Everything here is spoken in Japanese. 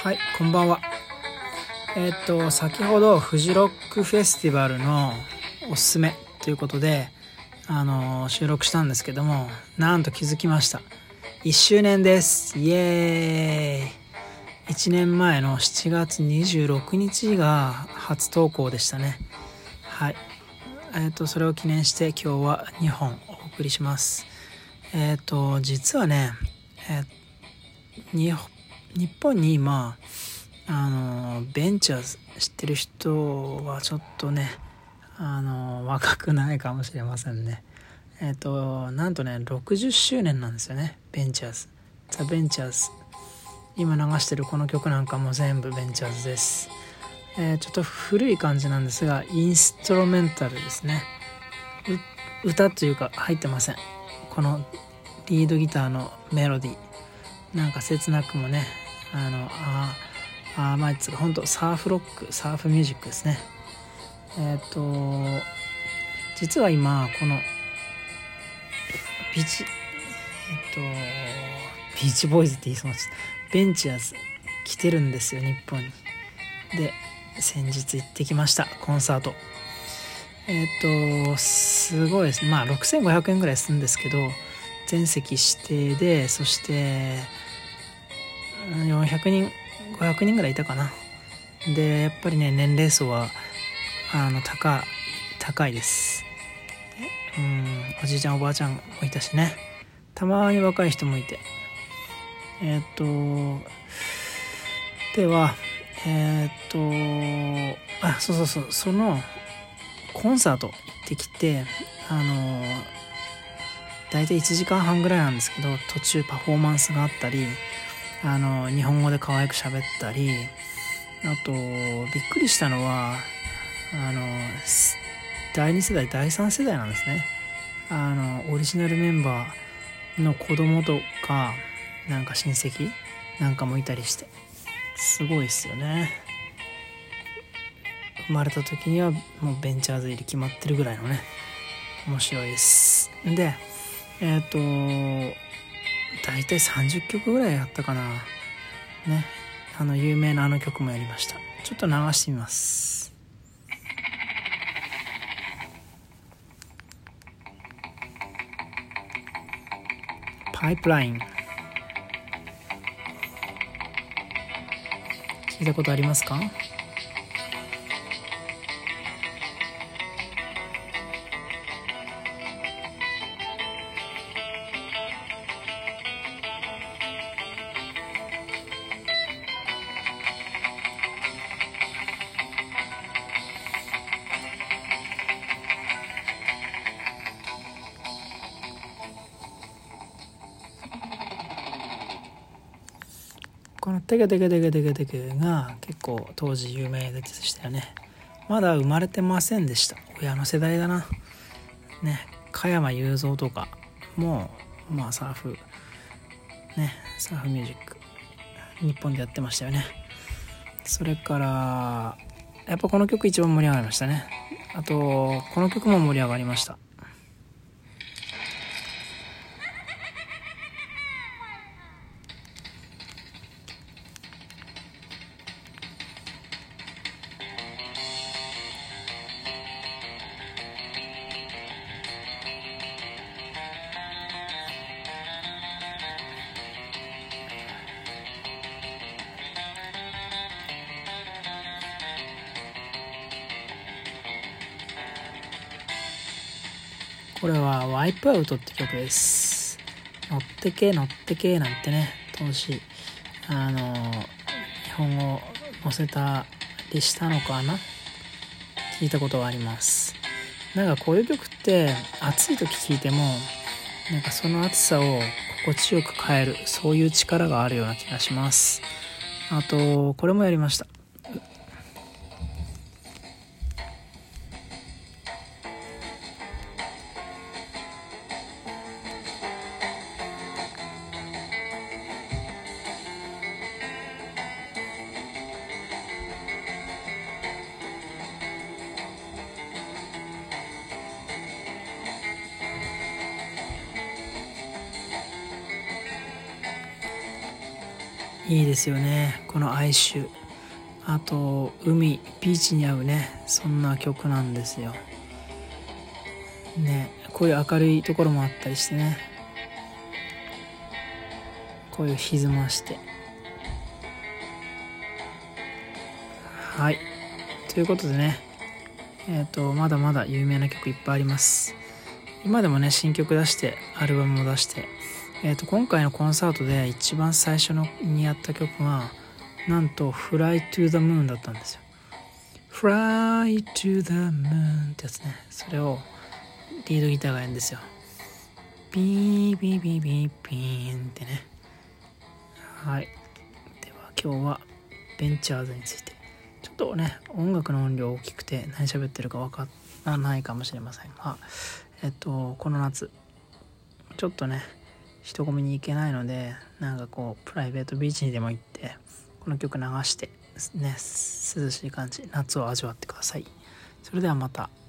はい、こんばんは。先ほどフジロックフェスティバルのおすすめということで、収録したんですけども、なんと気づきました。1周年です。イエーイ。1年前の7月26日が初投稿でしたね。はい。それを記念して今日は2本お送りします。実はね、日本に今ベンチャーズ知ってる人はちょっとね若くないかもしれませんね。なんとね60周年なんですよね。ベンチャーズ、ザ・ベンチャーズ。今流してるこの曲なんかも全部ベンチャーズです。ちょっと古い感じなんですが、インストロメンタルですね。歌というか入ってません。このリードギターのメロディーなんか切なくもね、まあ本当サーフロック、サーフミュージックですね。実は今このビーチボーイズって言いそうになっちゃった。ベンチャーズ来てるんですよ、日本に。で先日行ってきました、コンサート。すごいですね。まあ6500円ぐらいするんですけど、全席指定で、そして400人500人ぐらいいたかな。でやっぱりね、年齢層は高いです。おじいちゃんおばあちゃんもいたしね、たまに若い人もいて、ではそうそのコンサート行ってきて、だいたい1時間半ぐらいなんですけど、途中パフォーマンスがあったり、日本語で可愛く喋ったり、あとびっくりしたのは第2世代第3世代なんですね。オリジナルメンバーの子供とかなんか親戚なんかもいたりして、すごいですよね。生まれた時にはもうベンチャーズ入り決まってるぐらいのね、面白いです。で大体30曲ぐらいやったかなね。有名な曲もやりました。ちょっと流してみます。パイプライン、聞いたことありますか？このテケテケテケテケテケが結構当時有名でしたよね。まだ生まれてませんでした。親の世代だなね。加山雄三とかもまあサーフミュージック日本でやってましたよね。それからやっぱこの曲一番盛り上がりましたね。あとこの曲も盛り上がりました。これはワイプアウトって曲です。乗ってけ乗ってけなんてね、当時日本語載せたりしたのかな、聞いたことがあります。なんかこういう曲って暑い時聴いてもなんかその暑さを心地よく変える、そういう力があるような気がします。あとこれもやりました。 いいですよね、この哀愁。あと海、ビーチに合うね、そんな曲なんですよね。こういう明るいところもあったりしてね、こういう歪まして。はい、ということでね、まだまだ有名な曲いっぱいあります。今でもね新曲出してアルバムも出して、今回のコンサートで一番最初にやった曲がなんと Fly to the Moon だったんですよ。 Fly to the Moon ってやつね。それをリードギターがやるんですよ。ビービービービービーンってね。はい、では今日はベンチャーズについて、ちょっとね音楽の音量大きくて何喋ってるか分からないかもしれませんが、この夏ちょっとね人混みに行けないので、なんかこうプライベートビーチにでも行ってこの曲流してね、涼しい感じ、夏を味わってください。それではまた。